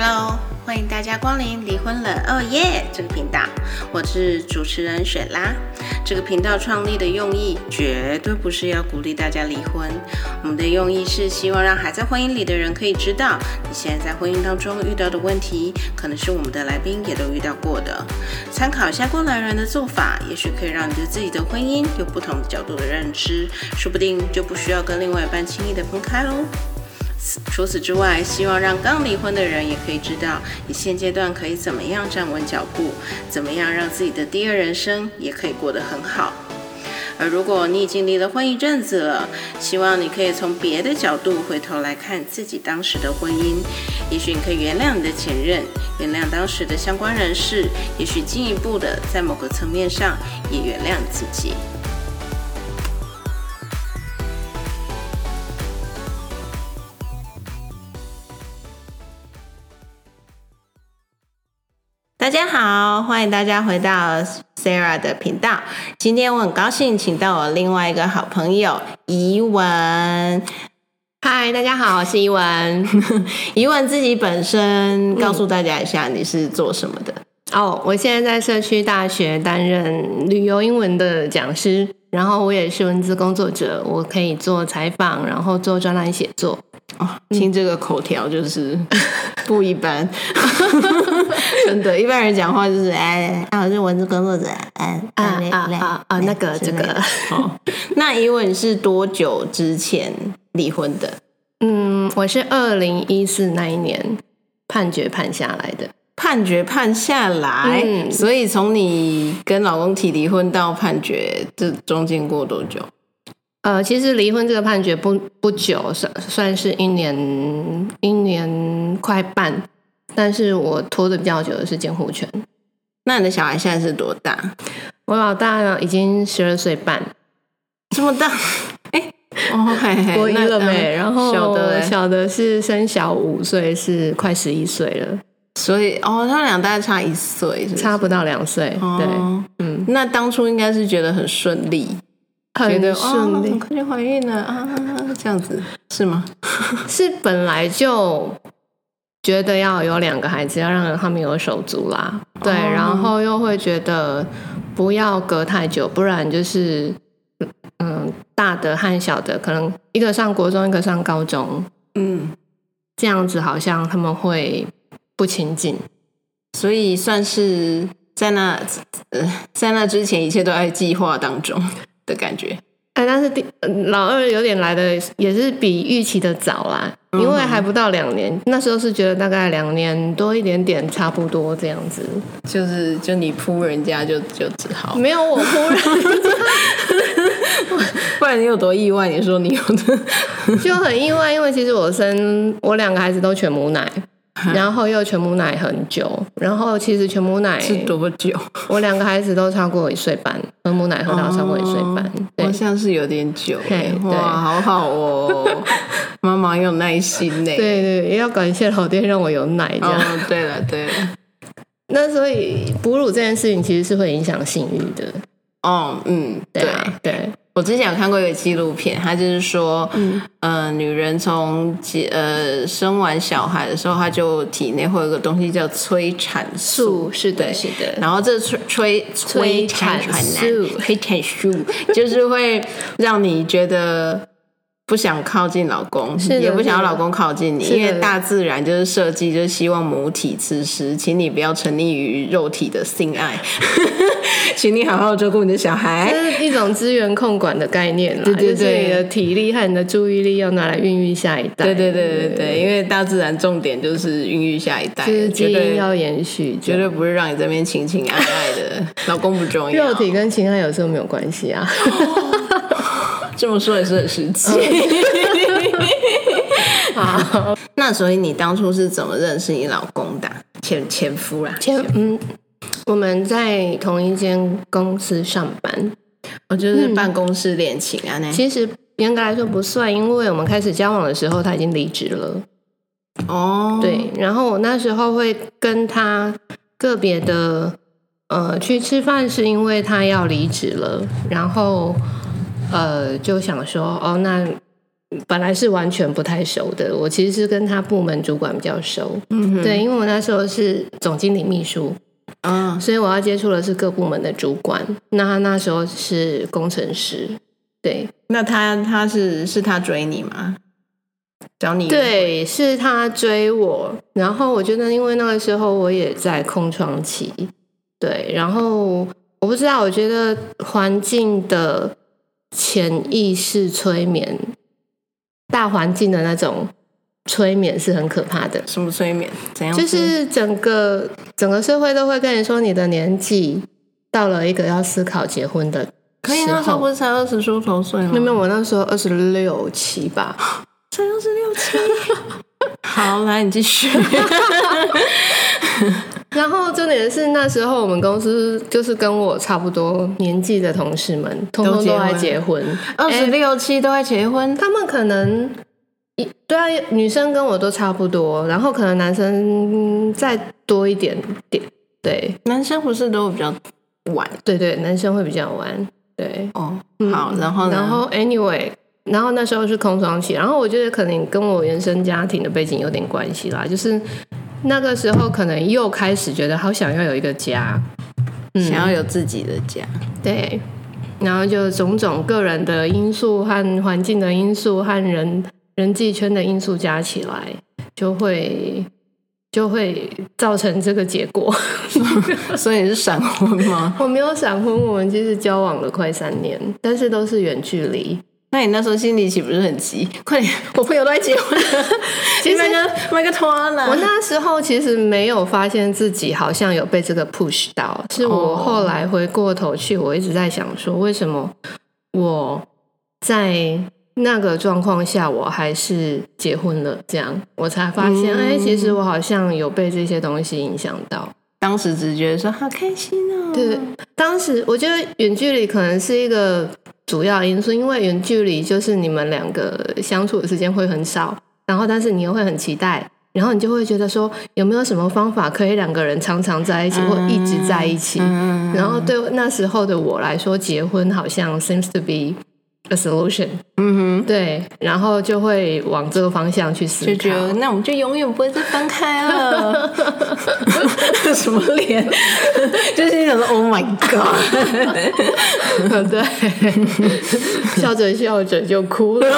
Hello， 欢迎大家光临离婚了哦耶这个频道，我是主持人雪拉。这个频道创立的用意绝对不是要鼓励大家离婚，我们的用意是希望让还在婚姻里的人可以知道，你现在在婚姻当中遇到的问题，可能是我们的来宾也都遇到过的，参考一下过来人的做法，也许可以让你对自己的婚姻有不同的角度的认知，说不定就不需要跟另外一半轻易的分开咯。除此之外，希望让刚离婚的人也可以知道，你现阶段可以怎么样站稳脚步，怎么样让自己的第二人生也可以过得很好。而如果你已经离了婚一阵子了，希望你可以从别的角度回头来看自己当时的婚姻，也许你可以原谅你的前任，原谅当时的相关人士，也许进一步的在某个层面上也原谅自己。大家好，欢迎大家回到 Sarah 的频道。今天我很高兴请到我另外一个好朋友怡文。 嗨，大家好，我是怡文。 怡文自己本身告诉大家一下，你是做什么的？ 我现在在社区大学担任旅游英文的讲师，然后我也是文字工作者，我可以做采访，然后做专栏写作。 听这个口条就是不一般。真的，一般人讲话就是我是文字工作者， 那个这个。 那怡文是多久之前离婚的？ 我是2014那一年判决判下来的。 判决判下来，所以从你跟老公提离婚到判决，这中间过多久？ 其实离婚这个判决不久，算是一年快半，但是我拖得比较久的是监护权。 那你的小孩现在是多大？ 我老大已经12岁半， 这么大？ 国一了没？然后小的是生小5岁，是快11岁了。 所以他们俩大概差1岁，是不是？ 差不到2岁。对， 那当初应该是觉得很顺利。 很顺利， 很快就怀孕了这样子是吗？ 是本来就觉得要有2个孩子，要让他们有手足啦。对，然后又会觉得不要隔太久，不然就是大的和小的可能一个上国中，一个上高中，这样子好像他们会不亲近， 所以算是在那之前一切都在计划当中的感觉。 但是老二有点来的也是比预期的早啦，因为还不到2年，那时候是觉得大概2年多一点点差不多这样子。 就你扑人家就只好没有我扑人家不然你有多意外？你说你有的就很意外，因为其实我2个孩子都全母奶，然后又全母奶很久，然后其实全母奶是多久？我 2个孩子都超过1岁半，喝母奶喝到超过1岁半， 好像是有点久。哇，好好哦，妈妈有耐心呢。 对，也要感谢老天让我有奶这样。 对了， 那所以哺乳这件事情其实是会影响性欲的。对。 我之前有看过一个纪录片，它就是说，女人从生完小孩的时候，她就体内会有一个东西叫催产素， 是的。 然后这催产素就是会让你觉得不想靠近老公，也不想要老公靠近你，因为大自然就是设计，就是希望母体此时，请你不要沉溺于肉体的性爱，请你好好照顾你的小孩。 这是一种资源控管的概念啦， 对， 就是你的体力和你的注意力要拿来孕育下一代。 对，因为大自然重点就是孕育下一代， 就是基因要延续， 绝对不是让你这边情情爱爱的，老公不重要。 肉体跟情爱有时候没有关系啊。 这么说也是很实际。好，那所以你当初是怎么认识你老公的？前夫啦？ 我们在同一间公司上班， 就是办公室恋情啊。 其实严格来说不算，因为我们开始交往的时候他已经离职了。对，然后我那时候会跟他个别的去吃饭，是因为他要离职了，然后就想说那本来是完全不太熟的，我其实是跟他部门主管比较熟，对，因为我那时候是总经理秘书，所以我要接触的是各部门的主管。那他那时候是工程师，对。 那他是他追你吗？找你？ 对，是他追我。然后我觉得，因为那个时候我也在空窗期，对。然后我不知道，我觉得环境的潜意识催眠，大环境的那种催眠是很可怕的。 什么催眠？怎样？ 就是整个社会都会跟你说，你的年纪到了一个要思考结婚的时候。 可以，那时候不是才20出头岁吗？ 没有，我那时候26、7吧。 才26、7。好，来你继续。 然后重点是那时候我们公司就是跟我差不多年纪的同事们，通通都在结婚 ，26、7都在结婚。 他们可能对啊，女生跟我都差不多，然后可能男生再多一点点。对， 男生不是都比较晚？ 对，男生会比较晚。对， 好，然后呢？ 然后 anyway。然后那时候是空窗期，然后我觉得可能跟我原生家庭的背景有点关系啦，就是那个时候可能又开始觉得好想要有一个家， 想要有自己的家， 对，然后就种种个人的因素和环境的因素和人际圈的因素加起来，就会造成这个结果。 所以你是闪婚吗？ 我没有闪婚，我们其实交往了快3年，但是都是远距离。 那你那时候心里岂不是很急？快点，我朋友都在结婚了，其实买个团了。 我那时候其实没有发现自己好像有被这个 push 到，是我后来回过头去，我一直在想说，为什么我在那个状况下我还是结婚了？这样我才发现，其实我好像有被这些东西影响到。 当时只觉得说好开心哦。 对，当时我觉得远距离可能是一个主要因素，因为远距离就是你们两个相处的时间会很少，然后但是你又会很期待，然后你就会觉得说有没有什么方法可以两个人常常在一起，或一直在一起。然后对那时候的我来说，结婚好像 seems to be a solution。对，然后就会往这个方向去思考， 就觉得那我们就永远不会再分开了。什么脸？就是你想说 Oh my God。 对，笑着笑着就哭了。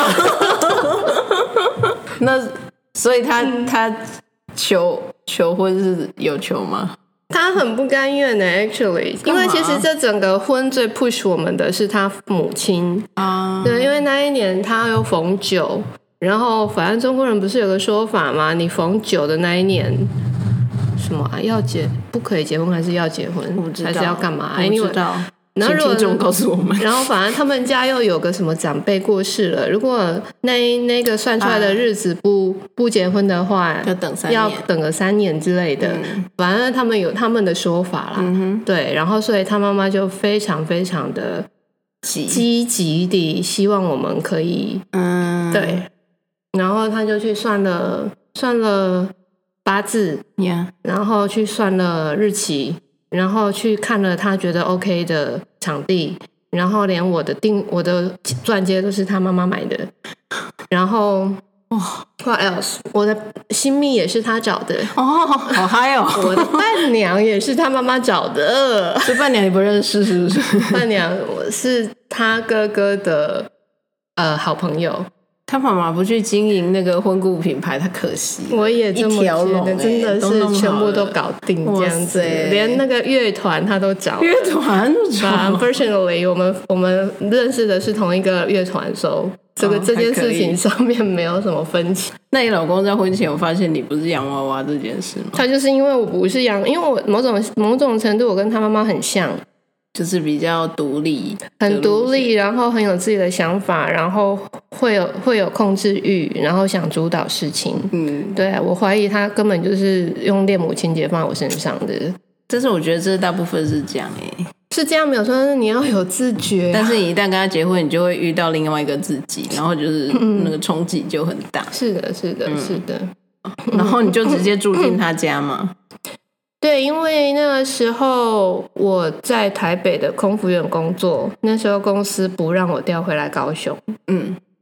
那所以他求婚是有求吗？ 他很不甘愿的 actually， 因为其实这整个婚最 push 我们的是他母亲啊。对，因为那一年他有逢9，然后反正中国人不是有个说法吗？你逢9的那一年什么不可以结婚，还是要结婚，还是要干嘛？ 我不知道。 然后如果请听众告诉我们。 然后反正他们家又有个什么长辈过世了，如果那个算出来的日子不结婚的话，要等个3年之类的。反正他们有他们的说法啦。对，然后所以他妈妈就非常非常的积极地希望我们可以对，然后他就去算了八字，然后去算了日期，然后去看了他觉得 OK 的场地，然后连我的钻戒都是他妈妈买的，然后what else？ 我的新秘也是他找的好嗨哦！ 我的伴娘也是他妈妈找的。 所以伴娘你不认识是不是？ 伴娘是他哥哥的好朋友。 他妈妈不去经营那个婚顾品牌，他可惜。 我也这么觉得，真的是全部都搞定这样子，连那个乐团他都找。 乐团 ？Unfortunately， 我们认识的是同一个乐团，所以这件事情上面没有什么分歧。 那你老公在婚前有发现你不是洋娃娃这件事吗？ 他就是因为我不是因为我某种程度我跟他妈妈很像。 就是比较独立， 很独立，然后很有自己的想法，然后会有控制欲，然后想主导事情。对啊，我怀疑他根本就是用恋母情节放在我身上的。 但是我觉得这大部分是这样是这样没有错，但是你要有自觉但是你一旦跟他结婚，你就会遇到另外一个自己，然后就是那个冲击就很大。 是的。 然后你就直接住进他家吗？ 对，因为那个时候我在台北的空服员工作，那时候公司不让我调回来高雄。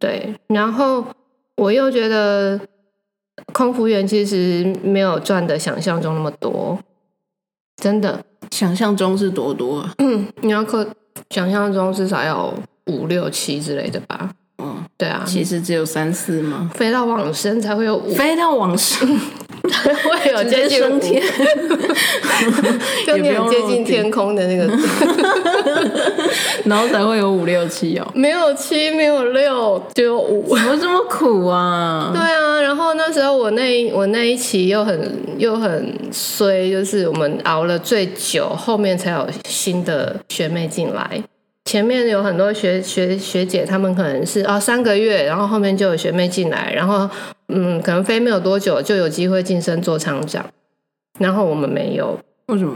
对，然后我又觉得空服员其实没有赚的想象中那么多，真的。 想象中是多多啊？ 你要想象中至少要5、6、7之类的吧？对啊， 其实只有3、4吗？ 飞到往生才会有5， 飞到往生会有接近升天， 就你很接近天空的那个， 然后才会有5、6、7哦。 没有7，没有6，就有5。 怎么这么苦啊？ 对啊，然后那时候我那一期又很衰，就是我们熬了最久，后面才有新的学妹进来。前面有很多学姐，他们可能是3个月，然后后面就有学妹进来，然后可能飞没有多久就有机会晋升做厂长，然后我们没有。 为什么？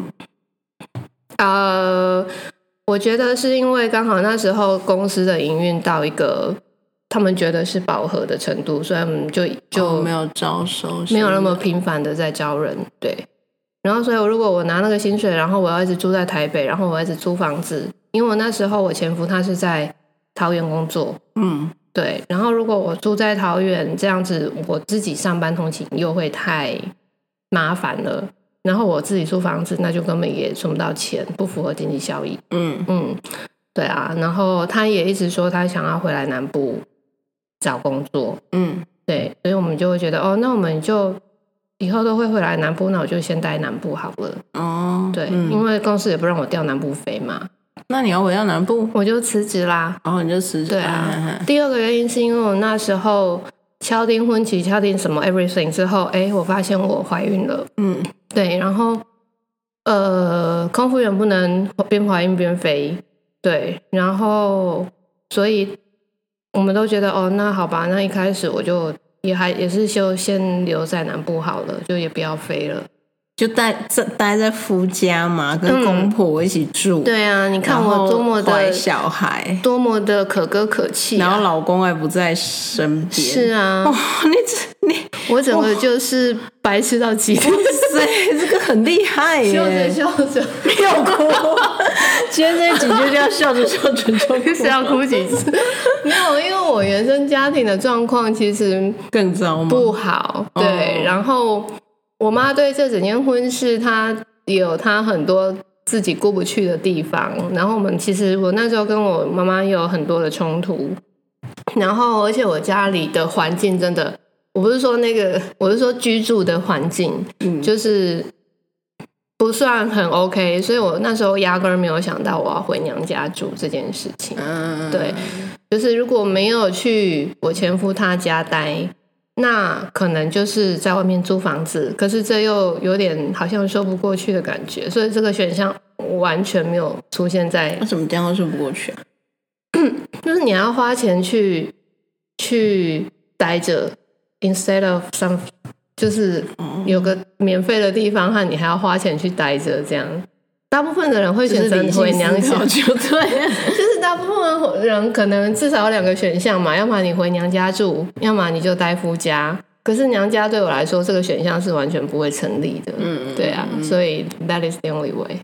我觉得是因为刚好那时候公司的营运到一个他们觉得是饱和的程度，所以他们就没有招收， 没有那么频繁的在招人。对，然后所以如果我拿那个薪水，然后我要一直住在台北，然后我要一直租房子，因为我那时候我前夫他是在桃园工作，对，然后如果我住在桃园这样子，我自己上班通勤又会太麻烦了，然后我自己租房子那就根本也存不到钱，不符合经济效益。对啊，然后他也一直说他想要回来南部找工作，对，所以我们就会觉得那我们就以后都会回来南部，那我就先待南部好了。对，因为公司也不让我调南部飞嘛。 那你要回到南部， 我就辞职啦。 你就辞职。 对啊。第二个原因是因为我那时候敲定婚期，敲定什么 everything 之后，我发现我怀孕了。对，然后空服员不能边怀孕边飞，对，然后所以我们都觉得那好吧，那一开始我就也是就先留在南部好了，就也不要飞了。 就待在夫家嘛，跟公婆一起住。 对啊，你看我多么的怀小孩， 多么的可歌可泣然后老公还不在身边。 是啊，我整个就是白痴到极点。 哇塞，这个很厉害耶！ 笑着要哭。今天这一集就要笑着就哭， 是要哭几次？没有，因为我原生家庭的状况其实更糟吗？ 不好。对，然后我妈对这整件婚事，她有她很多自己过不去的地方。然后我那时候跟我妈妈有很多的冲突。然后而且我家里的环境真的，我是说居住的环境，就是不算很 OK， 所以我那时候压根儿没有想到我要回娘家住这件事情。对，就是如果没有去我前夫他家待，那可能就是在外面租房子，可是这又有点好像说不过去的感觉，所以这个选项完全没有出现在。 为什么这样说不过去啊？ 就是你要花钱去待着 ，instead of some， 就是有个免费的地方，和你还要花钱去待着，这样。大部分的人会选择回娘家， 就对， 就是大部分人可能至少有2个选项嘛，要么你回娘家住，要么你就待夫家。可是娘家对我来说，这个选项是完全不会成立的。对啊，所以 that is the only way。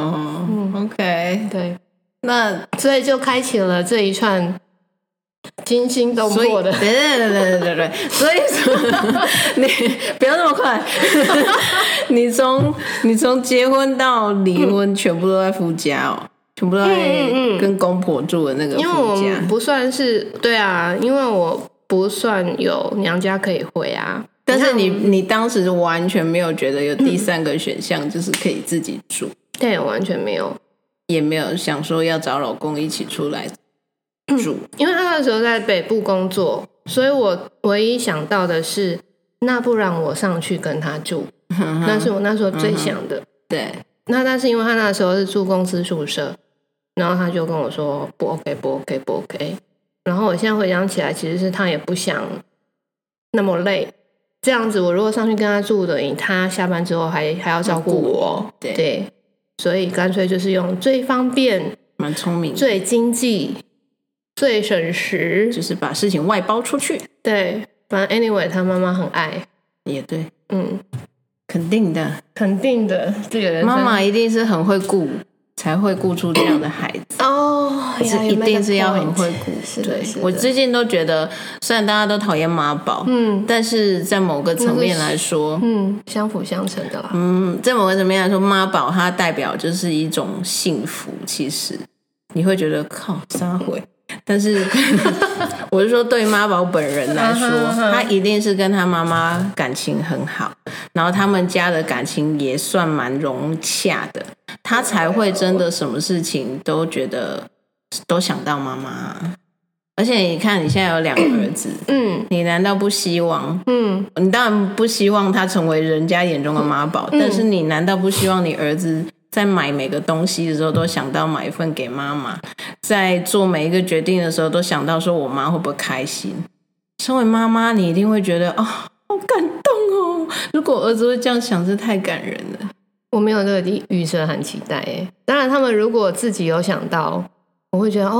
OK， 对， 那所以就开启了这一串惊心动魄的。 对，所以说你不要那么快，你从结婚到离婚，全部都在夫家哦，全部都在跟公婆住的那个夫家。 因为我们不算是对啊，因为我不算有娘家可以回啊。 但是你当时完全没有觉得有第3个选项，就是可以自己住。 对，完全没有， 也没有想说要找老公一起出来住， 因为他那时候在北部工作，所以我唯一想到的是，那不然我上去跟他住，那是我那时候最想的。 对， 那但是因为他那时候是住公司宿舍，然后他就跟我说不 OK。然后我现在回想起来，其实是他也不想那么累。这样子，我如果上去跟他住的，他下班之后还要照顾我，对，所以干脆就是用最方便、 蛮聪明、 最经济、最省时， 就是把事情外包出去。 对，反正 anyway， 他妈妈很爱， 也对，肯定的， 这个人妈妈一定是很会顾，才会顾出这样的孩子。 是一定是要很会顾。 对， 我最近都觉得，虽然大家都讨厌妈宝，但是在某个层面来说， 相辅相成的啦。 在某个层面来说，妈宝它代表就是一种幸福。其实你会觉得靠撒回，但是我是说，对妈宝本人来说，他一定是跟他妈妈感情很好，然后他们家的感情也算蛮融洽的，他才会真的什么事情都觉得都想到妈妈。而且你看，你现在有2个儿子，你难道不希望？你当然不希望他成为人家眼中的妈宝，但是你难道不希望你儿子在买每个东西的时候都想到买一份给妈妈，在做每一个决定的时候都想到说我妈会不会开心？身为妈妈，你一定会觉得好感动哦！如果儿子会这样想，是太感人了。 我没有这个预设和期待耶。当然，他们如果自己有想到，我会觉得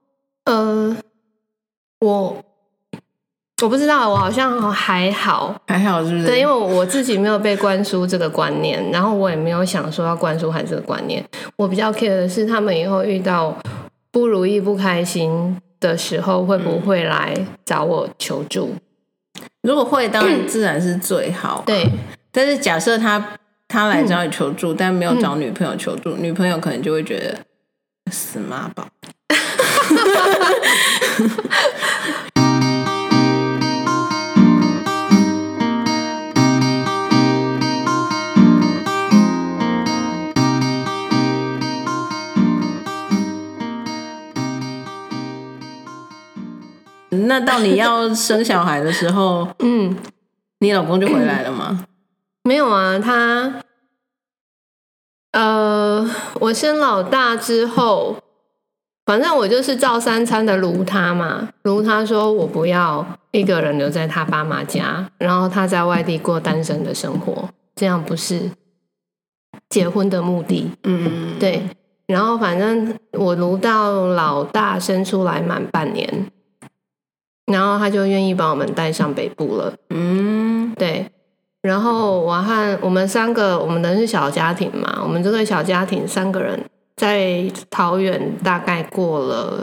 我不知道，我好像还好， 是不是？ 对，因为我自己没有被灌输这个观念，然后我也没有想说要灌输孩子的观念。我比较 care 的是，他们以后遇到不如意、不开心的时候，会不会来找我求助？ 如果会，当然自然是最好。 对， 但是假设他来找你求助，但没有找女朋友求助，女朋友可能就会觉得死妈宝。那到你要生小孩的时候，你老公就回来了吗？ 没有啊，我生老大之后，反正我就是照3餐的如他嘛，如他说我不要一个人留在他爸妈家，然后他在外地过单身的生活，这样不是结婚的目的。对。然后反正我如到老大生出来满半年，然后他就愿意把我们带上北部了。对。然后我和我们3个，我们的是小家庭嘛，我们这个小家庭3个人在桃园大概过了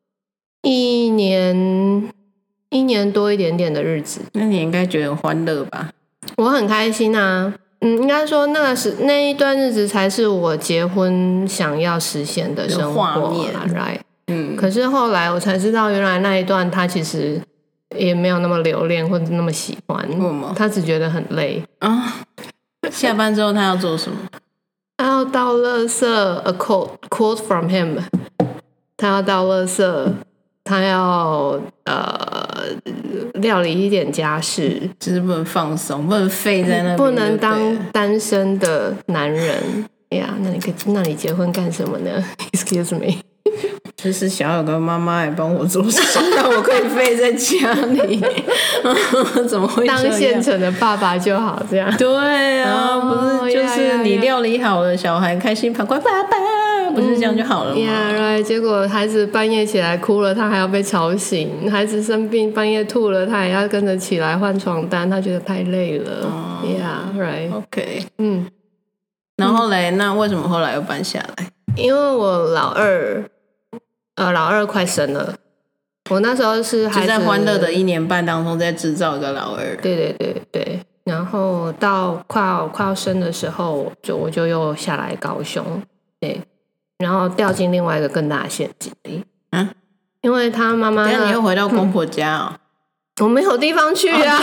1年多一点点的日子。 那你应该觉得很欢乐吧？ 我很开心啊。应该说那一段日子才是我结婚想要实现的生活画面 right？可是后来我才知道，原来那一段他其实也没有那么留恋或者那么喜欢，他只觉得很累啊。下班之后他要做什么？ 他要倒垃圾 ，a quote from him， 他要倒垃圾，他要料理一点家事， 就是不能放松，不能废在那边， 不能当单身的男人呀。那你结婚干什么呢？Excuse me。 就是想要有个妈妈来帮我做事，让我可以废在家里。怎么会这样？ 当现成的爸爸就好，这样。 对啊，不是就是你料理好了，小孩开心跑过来爸爸，不是这样就好了吗 ？right。结果孩子半夜起来哭了，他还要被吵醒；孩子生病半夜吐了，他也要跟着起来换床单，他觉得太累了。 right。OK。然后嘞，那为什么后来又搬下来？ 因为我老二快生了，我那时候是孩子就在欢乐的1年半当中，在制造一个老二。 对。然后到快要生的时候，我就又下来高雄，对，然后掉进另外一个更大的陷阱里。因为他妈妈， 等一下你又回到公婆家哦。 我没有地方去啊！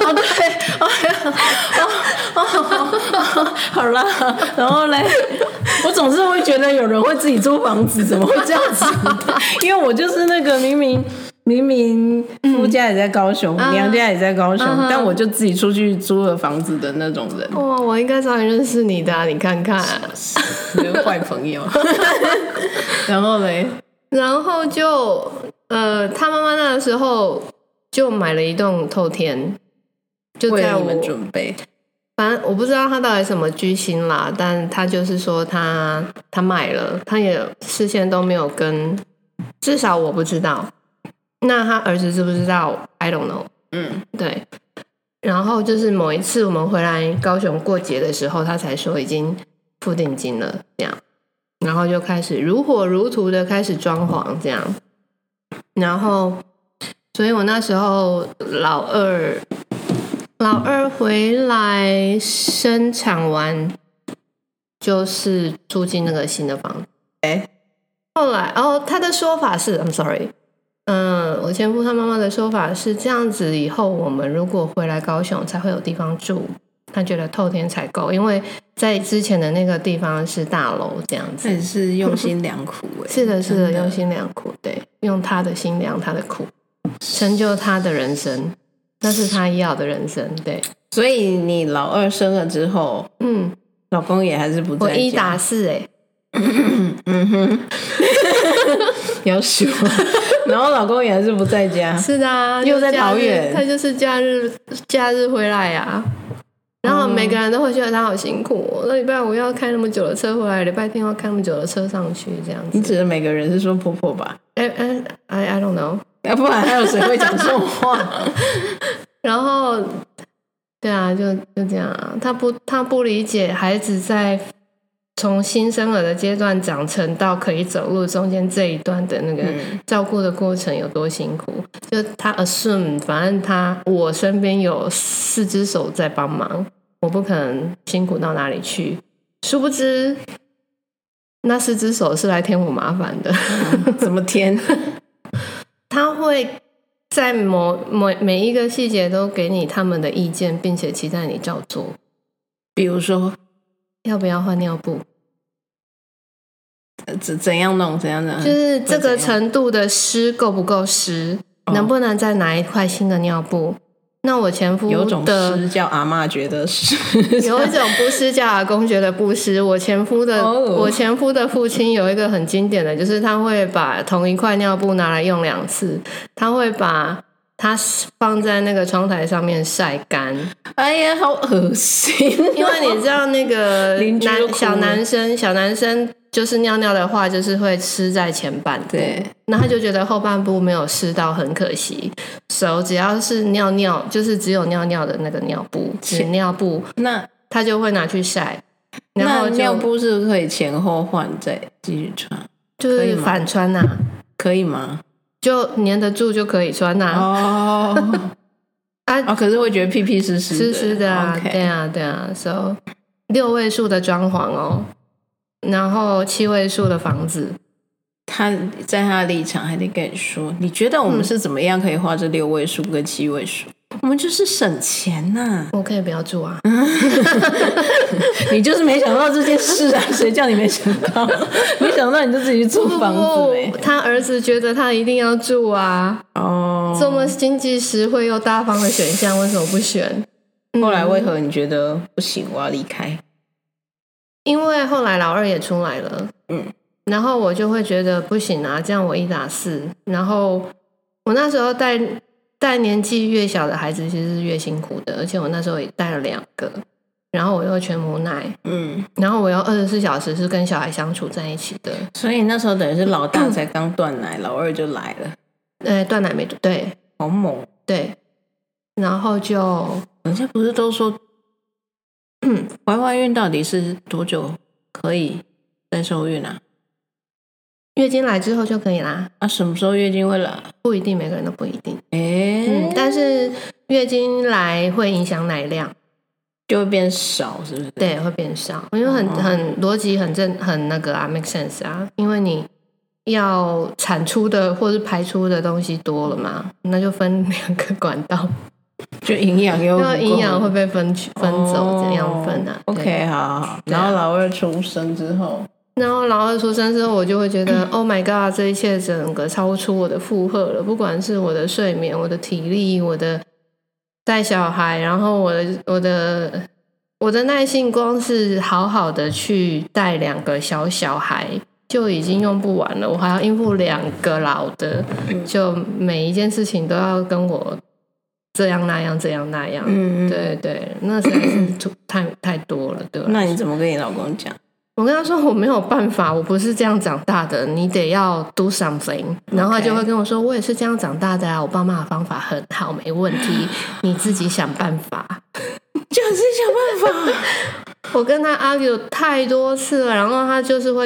好啦，然后嘞，我总是会觉得有人会自己租房子，怎么会这样子？因为我就是那个明明夫家也在高雄，娘家也在高雄，但我就自己出去租了房子的那种人。 哇，我应该早点认识你的你看看， 坏朋友。然后嘞， 然后就他妈妈那个时候就买了一栋透天，就在为你们准备。 反正我不知道他到底什么居心啦，但他就是说他买了，他也事先都没有跟，至少我不知道。那他儿子知不知道 ？I don't know。对。然后就是某一次我们回来高雄过节的时候，他才说已经付定金了，这样。 然后就开始如火如荼的开始装潢这样。然后所以我那时候老二回来生产完就是住进那个新的房子。后来他的说法是 I'm sorry， 我前夫他妈妈的说法是这样子，以后我们如果回来高雄才会有地方住，他觉得透天才够，因为在之前的那个地方是大楼这样子。 也是用心良苦是的用心良苦，对，用他的心良他的苦成就他的人生，那是他要的人生。对， 所以你老二生了之后老公也还是不在家。 我1打4 要说然后老公也还是不在家。 是的啊， 又在桃园， 他就是假日回来啊。然后每个人都会觉得他好辛苦那礼拜五要开那么久的车回来，礼拜天要开那么久的车上去这样子。 你指的每个人是说婆婆吧 ？I don't know， 要不然还有谁会讲这种话然后对啊，就这样啊。他不理解孩子在从新生儿的阶段长成到可以走路中间这一段的那个照顾的过程有多辛苦。就他 assume 反正我身边有4只手在帮忙，我不可能辛苦到哪里去。殊不知那4只手是来添我麻烦的。 怎么添？ 他会在每一个细节都给你他们的意见，并且期待你照做。 比如说要不要换尿布， 怎样弄怎样弄， 就是这个程度的湿够不够湿，能不能再拿一块新的尿布。那我前夫有种湿叫阿嬷觉得湿， 有一种不湿叫阿公觉得不湿。我前夫的父亲有一个很经典的，就是他会把同一块尿布拿来用2次，他会把它放在那个窗台上面晒干。 哎呀，好恶心！ 因为你知道那个小男生就是尿尿的话，就是会湿在前半部， 对， 那他就觉得后半部没有湿到很可惜，手只要是尿尿，就是只有尿尿的那个尿布，纸尿布， 那他就会拿去晒。然后那尿布是不是可以前后换再继续穿？ 就是反穿啊， 可以吗？ 就粘得住就可以穿啊。 可是会觉得屁屁湿湿的啊。 Okay. 对啊 So 6位数的装潢哦，然后7位数的房子。 他在他的立场还得跟你说，你觉得我们是怎么样可以花这6位数跟7位数？我们就是省钱呐。 我可以不要住啊。 你就是没想到这件事啊，谁叫你没想到？没想到你就自己去租房子他儿子觉得他一定要住啊。这么经济实惠又大方的选项为什么不选？ 后来为何你觉得不行，我要离开？ 因为后来老二也出来了，然后我就会觉得不行啊，这样我1打4。然后我那时候带年纪越小的孩子其实是越辛苦的，而且我那时候也带了2个，然后我又全母奶，然后我要24小时是跟小孩相处在一起的。 所以那时候等于是老大才刚断奶，老二就来了。 断奶没对， 好猛。 对，然后就人家不是都说怀孕到底是多久可以再受孕啊？ 月经来之后就可以啦。 什么时候月经会来？ 不一定，每个人都不一定。 但是月经来会影响奶量， 就会变少，是不是？ 对，会变少，因为很逻辑很那个啊 ，make sense 啊，因为你要产出的或是排出的东西多了嘛，那就分2个管道， 就营养又不够， 营养会被分走，怎样分啊 ？OK， 好。然后老二出生之后。 我就会觉得Oh my god， 这一切整个超出我的负荷了，不管是我的睡眠、我的体力、我的带小孩，然后我的耐性，光是好好的去带2个小孩就已经用不完了，我还要应付2个老的，就每一件事情都要跟我这样那样对，那实在是太多了，对吧？ 那你怎么跟你老公讲？ 我跟他说我没有办法，我不是这样长大的，你得要 do something。然后他就会跟我说，我也是这样长大的啊，我爸妈的方法很好，没问题，你自己想办法。 就自己想办法。 我跟他 argue 太多次了，然后他就是会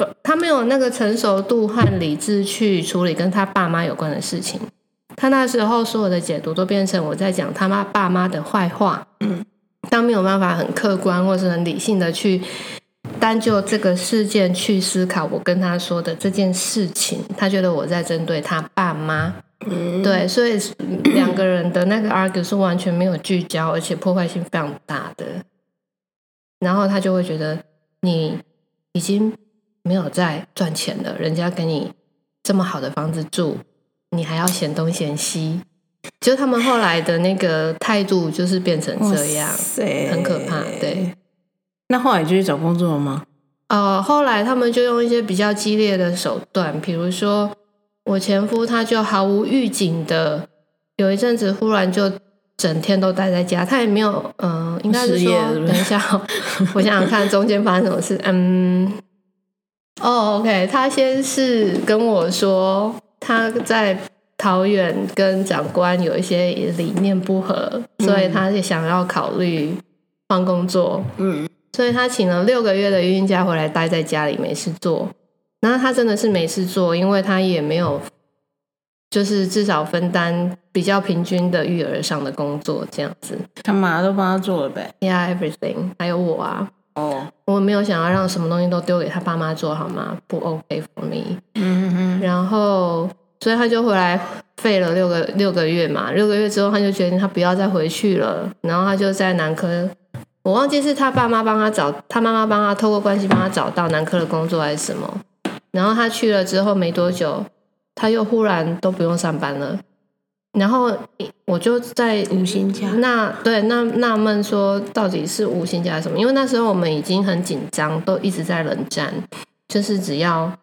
他没有那个成熟度和理智去处理跟他爸妈有关的事情。他那时候所有的解读都变成我在讲他爸妈的坏话，他没有办法很客观或是很理性的去单就这个事件去思考我跟他说的这件事情，他觉得我在针对他爸妈。对，所以两个人的那个 argue 是完全没有聚焦，而且破坏性非常大的。然后他就会觉得你已经没有在赚钱了，人家给你这么好的房子住，你还要嫌东嫌西。就他们后来的那个态度就是变成这样，很可怕。对， 那后来就去找工作了吗？ 后来他们就用一些比较激烈的手段，比如说我前夫他就毫无预警的有一阵子忽然就整天都待在家，他也没有应该是说等一下我想想看中间发生什么事。OK， 他先是跟我说他在桃园跟长官有一些理念不合，所以他也想要考虑换工作。所以他请了6个月的孕假回来待在家里没事做。然后他真的是没事做，因为他也没有就是至少分担比较平均的育儿上的工作这样子。 他妈都帮他做了呗。 Yeah, everything， 还有我啊。我没有想要让什么东西都丢给他爸妈做好吗？不 OK for me。然后所以他就回来废了六个月嘛。6个月之后他就决定他不要再回去了，然后他就在南科，我忘记是他爸妈帮他找，他妈妈帮他透过关系帮他找到南科的工作还是什么。然后他去了之后没多久，他又忽然都不用上班了。然后我就在无薪假， 纳闷说到底是无薪假还是什么？因为那时候我们已经很紧张，都一直在冷战，就是只要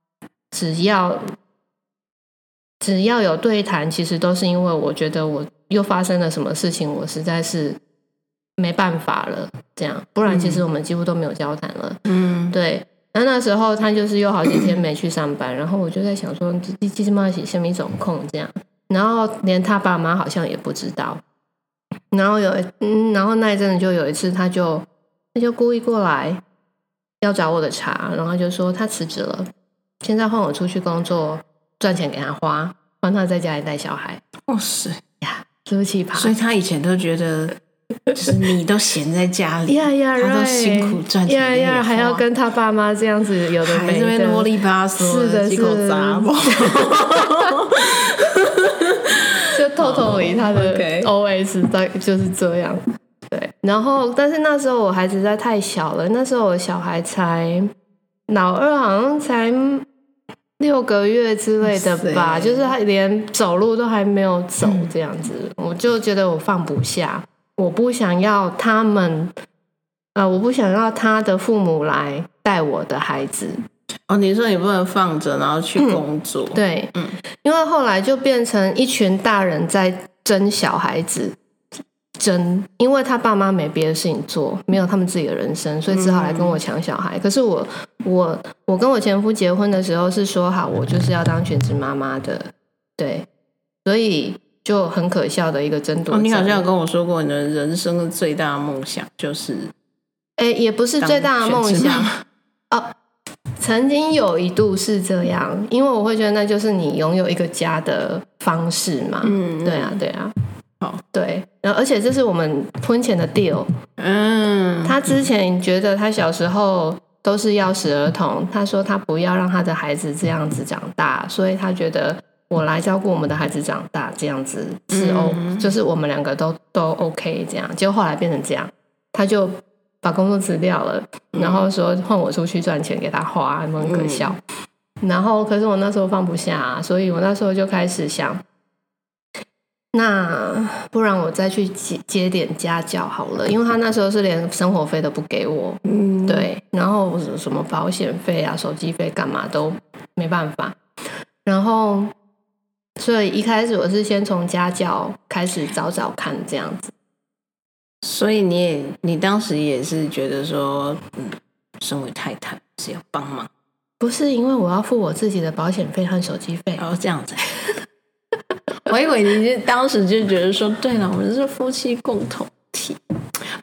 有对谈，其实都是因为我觉得我又发生了什么事情，我实在是没办法了，这样，不然其实我们几乎都没有交谈了。对。那时候他就是有好几天没去上班，然后我就在想说其实妈起下面一种空这样，然后连他爸妈好像也不知道。然后那一阵子就有一次他就故意过来要找我的茬，然后就说他辞职了，现在换我出去工作赚钱给他花，换他在家里带小孩。 哇塞呀，是不是奇葩？ 所以他以前都觉得就是你都闲在家里他都辛苦赚钱给你花， 还要跟他爸妈这样子有的没的， 还在那边啰里吧嗦的，几口杂货就totally他的 OS 就是这样。对，然后但是那时候我孩子实在太小了，那时候我小孩老二好像才6个月之类的吧，就是他连走路都还没有走这样子。我就觉得我放不下，我不想要我不想要他的父母来带我的孩子。 你说你不能放着然后去工作。 对，因为后来就变成一群大人在争小孩子，因为他爸妈没别的事情做，没有他们自己的人生，所以只好来跟我抢小孩。可是我跟我前夫结婚的时候是说好我就是要当全职妈妈的。对，所以就很可笑的一个争夺。 你好像有跟我说过你的人生的最大的梦想就是也不是最大的梦想曾经有一度是这样，因为我会觉得那就是你拥有一个家的方式嘛。对啊好，对，然后而且这是我们婚前的 deal。他之前觉得他小时候都是钥匙儿童，他说他不要让他的孩子这样子长大，所以他觉得我来照顾我们的孩子长大，这样子是就是我们两个都 OK 这样。结果后来变成这样，他就把工作辞掉了，然后说换我出去赚钱给他花，很可笑。然后可是我那时候放不下所以我那时候就开始想，那不然我再去接点家教好了，因为他那时候是连生活费都不给我。对，然后什么保险费啊手机费干嘛都没办法，然后所以一开始我是先从家教开始找看这样子。 所以你当时也是觉得说身为太太是要帮忙？ 不是，因为我要付我自己的保险费和手机费。 这样子我以为你当时就觉得说对了，我们是夫妻共同体，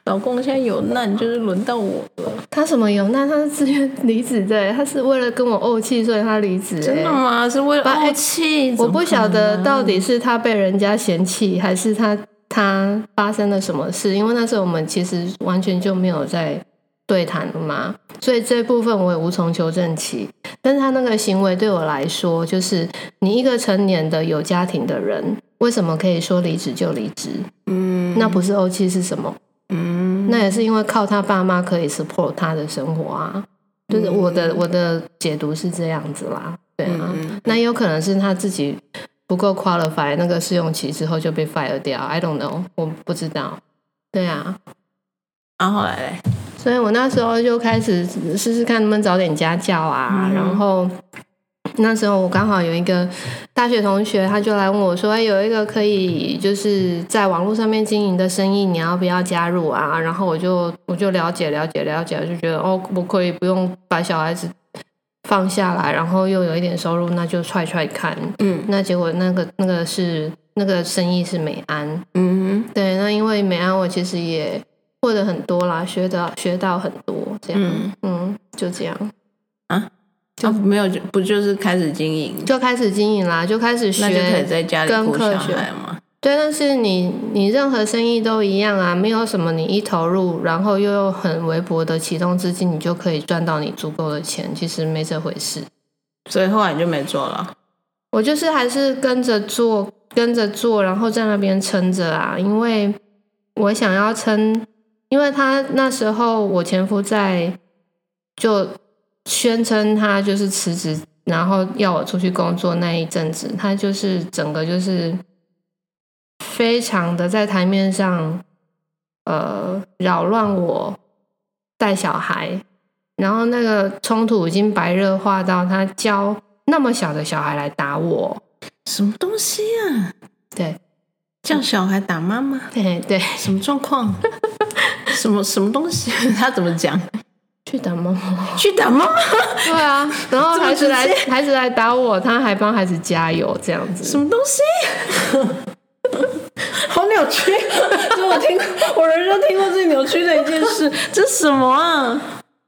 老公现在有难，就是轮到我了。 他什么有难？他是自愿离职的，他是为了跟我怄气，所以他离职。 真的吗？是为了怄气？ 我不晓得到底是他被人家嫌弃，还是他发生了什么事，因为那时候我们其实完全就没有在对谈了嘛，所以这部分我也无从求证起。但是他那个行为对我来说，就是你一个成年的有家庭的人，为什么可以说离职就离职？那不是怄气是什么？那也是因为靠他爸妈可以 support 他的生活啊，就是我的解读是这样子啦，对啊，那也有可能是他自己不够 qualify， 那个试用期之后就被 fire 掉 ，I don't know， 我不知道，对啊， 后来嘞， 所以我那时候就开始试试看能不能找点家教啊，然后那时候我刚好有一个大学同学，他就来问我说，有一个可以就是在网络上面经营的生意，你要不要加入啊？然后我就了解，就觉得我可以不用把小孩子放下来，然后又有一点收入，那就踹看。那结果那个生意是美安。对，那因为美安我其实也获得很多啦，学到很多这样。就这样啊。就没有，不就是开始经营？ 就开始经营啦，就开始学， 那就可以在家里顾小孩嘛。 对，但是你任何生意都一样啊，没有什么你一投入，然后又有很微薄的启动资金，你就可以赚到你足够的钱，其实没这回事。 所以后来你就没做了？ 我就是还是跟着做，然后在那边撑着啊，因为我想要撑，因为他那时候我前夫在就宣称他就是辞职，然后要我出去工作那一阵子，他就是整个就是非常的在台面上扰乱我带小孩，然后那个冲突已经白热化到他教那么小的小孩来打我。 什么东西啊？ 对， 叫小孩打妈妈？ 对， 什么状况？什么东西？他怎么讲？ 去打妈妈，对啊，然后孩子来打我，他还帮孩子加油，这样子。 什么东西？好扭曲！这我人生听过最扭曲的一件事，这是什么啊？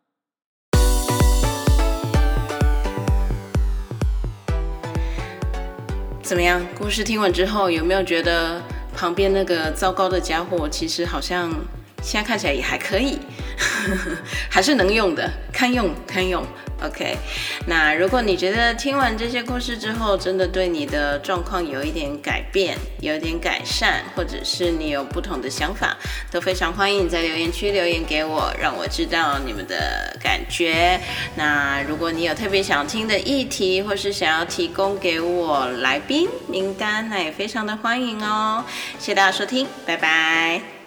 怎么样？故事听完之后，有没有觉得旁边那个糟糕的家伙，其实好像现在看起来也还可以，还是能用的，堪用。OK， 那如果你觉得听完这些故事之后，真的对你的状况有一点改变，有一点改善，或者是你有不同的想法，都非常欢迎你在留言区留言给我，让我知道你们的感觉。那如果你有特别想听的议题，或是想要提供给我来宾名单，那也非常的欢迎哦。谢谢大家收听，拜拜。